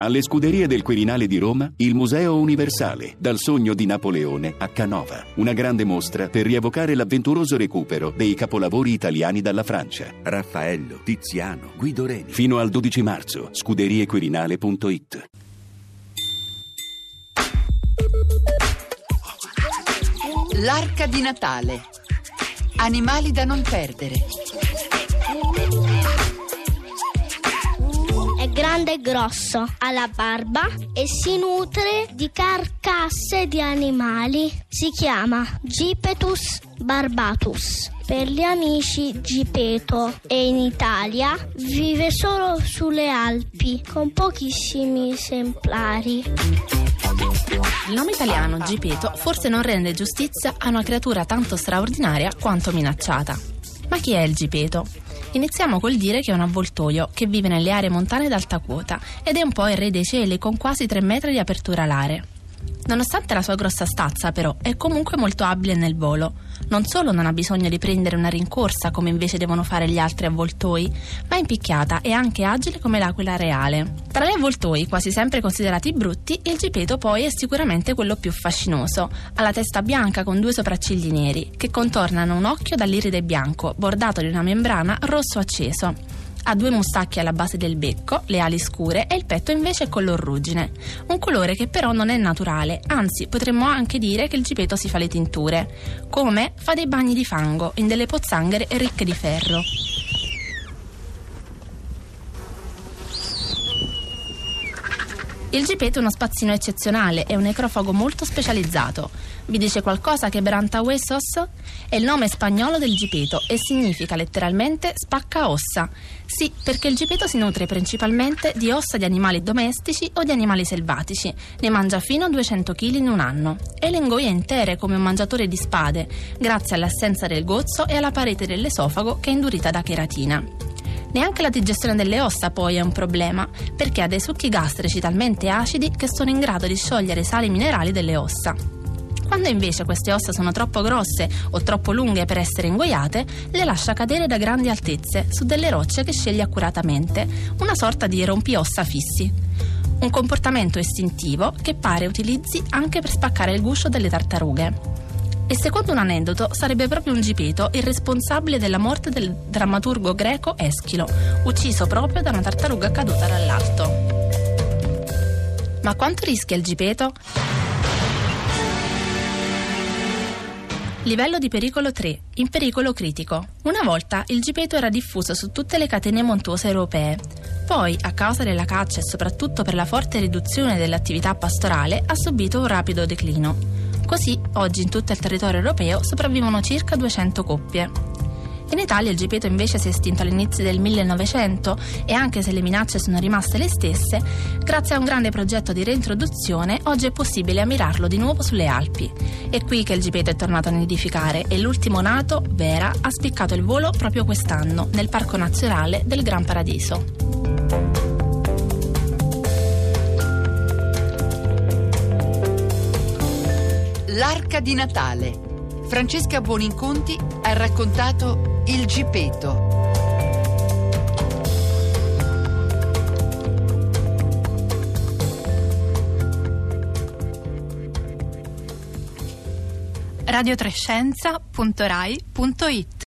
Alle Scuderie del Quirinale di Roma, il Museo Universale, dal sogno di Napoleone a Canova. Una grande mostra per rievocare l'avventuroso recupero dei capolavori italiani dalla Francia. Raffaello, Tiziano, Guido Reni. Fino al 12 marzo, scuderiequirinale.it. L'arca di Natale. Animali da non perdere. È grande e grosso, ha la barba e si nutre di carcasse di animali. Si chiama Gipetus barbatus. Per gli amici Gipeto, e in Italia vive solo sulle Alpi, con pochissimi esemplari. Il nome italiano Gipeto forse non rende giustizia a una creatura tanto straordinaria quanto minacciata. Ma chi è il Gipeto? Iniziamo col dire che è un avvoltoio che vive nelle aree montane ad alta quota ed è un po' il re dei cieli, con quasi 3 metri di apertura alare. Nonostante la sua grossa stazza, però, è comunque molto abile nel volo. Non solo non ha bisogno di prendere una rincorsa come invece devono fare gli altri avvoltoi, ma è impicchiata e anche agile come l'aquila reale. Tra gli avvoltoi, quasi sempre considerati brutti, il Gipeto poi è sicuramente quello più fascinoso. Ha la testa bianca con 2 sopraccigli neri, che contornano un occhio dall'iride bianco, bordato di una membrana rosso acceso. Ha 2 mustacchi alla base del becco, le ali scure e il petto invece è color ruggine. Un colore che però non è naturale, anzi potremmo anche dire che il Gipeto si fa le tinture. Come? Fa dei bagni di fango in delle pozzanghere ricche di ferro. Il Gipeto è uno spazzino eccezionale, è un necrofago molto specializzato. Vi dice qualcosa che Brantahuesos? È il nome spagnolo del Gipeto e significa letteralmente spacca ossa. Sì, perché il Gipeto si nutre principalmente di ossa di animali domestici o di animali selvatici. Ne mangia fino a 200 kg in un anno e le ingoia intere come un mangiatore di spade, grazie all'assenza del gozzo e alla parete dell'esofago che è indurita da cheratina. Neanche la digestione delle ossa poi è un problema, perché ha dei succhi gastrici talmente acidi che sono in grado di sciogliere i sali minerali delle ossa. Quando invece queste ossa sono troppo grosse o troppo lunghe per essere ingoiate, le lascia cadere da grandi altezze su delle rocce che sceglie accuratamente, una sorta di rompiossa fissi. Un comportamento istintivo che pare utilizzi anche per spaccare il guscio delle tartarughe. E secondo un aneddoto sarebbe proprio un Gipeto il responsabile della morte del drammaturgo greco Eschilo, ucciso proprio da una tartaruga caduta dall'alto. Ma quanto rischia il Gipeto? Livello di pericolo 3, in pericolo critico. Una volta il Gipeto era diffuso su tutte le catene montuose europee. Poi, a causa della caccia e soprattutto per la forte riduzione dell'attività pastorale, ha subito un rapido declino. Così, oggi in tutto il territorio europeo sopravvivono circa 200 coppie. In Italia il Gipeto invece si è estinto all'inizio del 1900 e anche se le minacce sono rimaste le stesse, grazie a un grande progetto di reintroduzione oggi è possibile ammirarlo di nuovo sulle Alpi. È qui che il Gipeto è tornato a nidificare e l'ultimo nato, Vera, ha spiccato il volo proprio quest'anno nel Parco Nazionale del Gran Paradiso. L'arca di Natale. Francesca Buoninconti ha raccontato Il Gipeto. Radio3scienza.rai.it